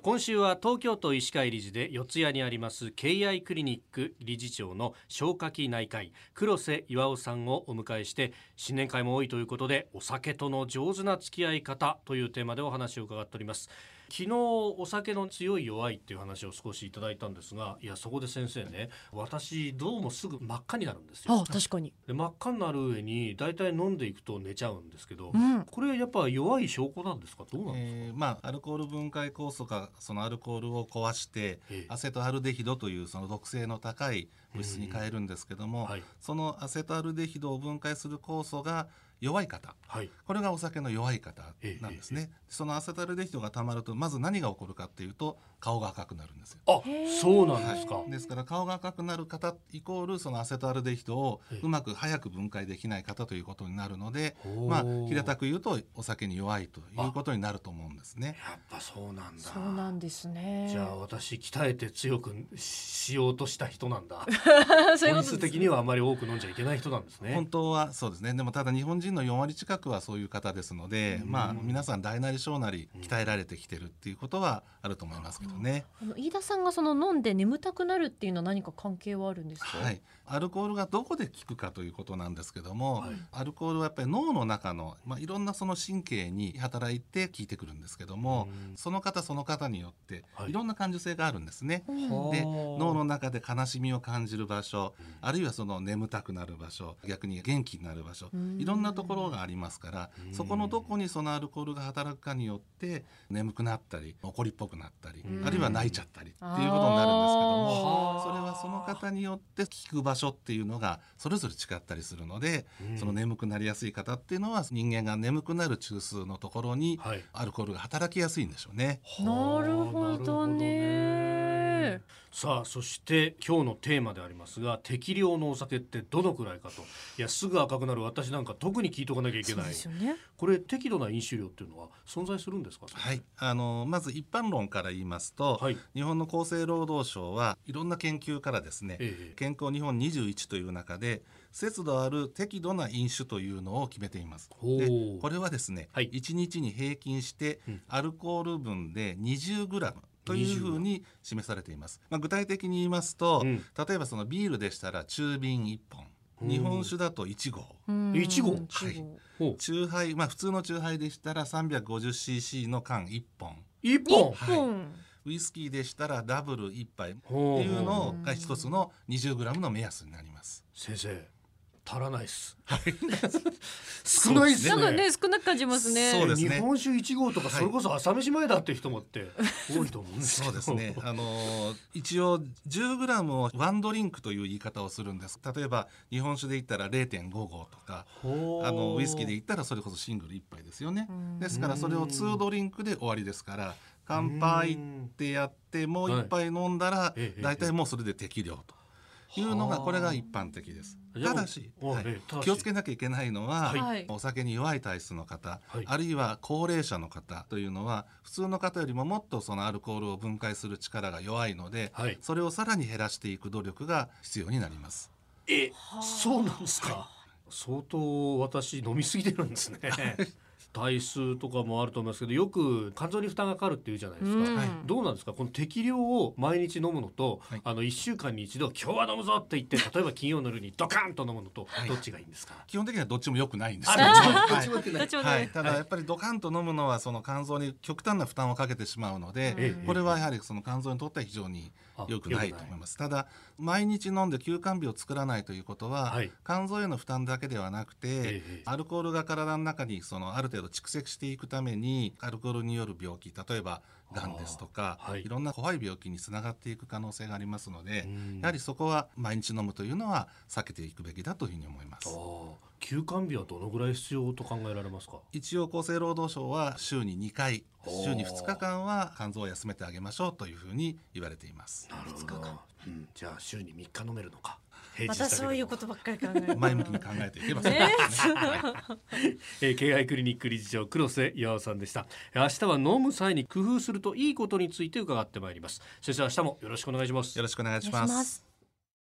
今週は東京都医師会理事で四谷にあります敬愛クリニック理事長の消化器内科医黒瀬巌さんをお迎えして、新年会も多いということでお酒との上手な付き合い方というテーマでお話を伺っております。昨日お酒の強い弱いっていう話を少しいただいたんですが、いやそこで先生ね、私どうもすぐ真っ赤になるんですよ。 あ、確かに。 で真っ赤になる上にだいたい飲んでいくと寝ちゃうんですけど、 うん、 これやっぱ弱い証拠なんですか、どうなんですか。 アルコール分解酵素がそのアルコールを壊してアセトアルデヒドというその毒性の高い物質に変えるんですけども、 はい、 そのアセトアルデヒドを分解する酵素が弱い方、 はい、 これがお酒の弱い方なんですね。そのアセトアルデヒドがたまるとまず何が起こるかっていうと顔が赤くなるんですよ。 あ、そうなんですか。 はい、ですから顔が赤くなる方イコールそのアセトアルデヒドをうまく早く分解できない方ということになるので、平たく言うとお酒に弱いということになると思うんですね。 やっぱそうなんだ。 そうなんですね。 じゃあ私鍛えて強くしようとした人なんだ。 そういうことですね。 本質的にはあまり多く飲んじゃいけない人なんですね。 本当はそうですね。でもただ日本人の4割近くはそういう方ですので、皆さん大なり小なり鍛えられてきてるっていうことはあると思いますけどね。 飯田さんがその飲んで眠たくなるっていうのは何か関係はあるんですか。 はい、アルコールがどこで効くかということなんですけども、 はい、 アルコールはやっぱり脳の中の、いろんなその神経に働いて効いてくるんですけども、その方その方によっていろんな感受性があるんですね。で、脳の中で悲しみを感じる場所、あるいはその眠たくなる場所、逆に元気になる場所、いろんなところがありますから、そこのどこにそのアルコールが働くかによって眠くなったり怒りっぽくなったり、あるいは泣いちゃったりっていうことになるんですけども、それはその方によって効く場所っていうのがそれぞれ違ったりするので、その眠くなりやすい方っていうのは人間が眠くなる中枢のところにアルコールが働きやすいんでしょうね。 なるほどね。 さあ、そして今日のテーマでありますが、適量のお酒ってどのくらいかと。いやすぐ赤くなる私なんか特に聞いとかなきゃいけない。 そうですよね。これ適度な飲酒量っていうのは存在するんですか。 はい、まず一般論から言いますと、 はい、 日本の厚生労働省はいろんな研究からですね、健康日本21という中で節度ある適度な飲酒というのを決めています。でこれはですね、1日に平均してアルコール分で 20gというふうに示されています。具体的に言いますと、例えばそのビールでしたら中瓶1本、日本酒だと1合、 1合、 はい、酎ハイ、普通の酎ハイでしたら 350cc の缶1本、 1本、 はい、ウイスキーでしたらダブル1杯っていうのが一つの 20g の目安になります。 先生足らないっす。少ないっすね。 なんかね、少なく感じますね。 そうですね。 日本酒1合とかそれこそ朝飯前だっていう人もって多いと思うんですけど。 そうですね。一応 10g をワンドリンクという言い方をするんです。例えば日本酒で言ったら 0.5 合とか、ウイスキーで言ったらそれこそシングル1杯ですよね。ですからそれを2ドリンクで終わりですから、乾杯ってやってもう1杯飲んだらだいたいもうそれで適量というのが、これが一般的です。ただし、気をつけなきゃいけないのは、お酒に弱い体質の方、あるいは高齢者の方というのは普通の方よりももっとそのアルコールを分解する力が弱いので、それをさらに減らしていく努力が必要になります。 そうなんですか。相当私飲みすぎてるんですね。体質とかもあると思いますけど、よく肝臓に負担がかかるっていうじゃないですか。どうなんですか、この適量を毎日飲むのと、1週間に一度今日は飲むぞって言って例えば金曜の夜にドカンと飲むのとどっちがいいんですか。 基本的にはどっちも良くないんです。 どっちも良くない。 ただやっぱりドカンと飲むのはその肝臓に極端な負担をかけてしまうので、これはやはりその肝臓にとっては非常に良くないと思います。ただ毎日飲んで休肝日を作らないということは、肝臓への負担だけではなくて、アルコールが体の中にそのある程度蓄積していくためにアルコールによる病気、例えばがんですとか、いろんな怖い病気につながっていく可能性がありますので、やはりそこは毎日飲むというのは避けていくべきだというふうに思います。 休肝日はどのぐらい必要と考えられますか。 一応厚生労働省は週に2回、週に2日間は肝臓を休めてあげましょうというふうに言われています。 なるほど。じゃあ週に3日飲めるのか。 またそういうことばっかり考える。 前向きに考えていけばそうですね。敬愛クリニック理事長黒瀬巌さんでした。明日は飲む際に工夫するといいことについて伺ってまいります。先生、明日もよろしくお願いします。 よろしくお願いします。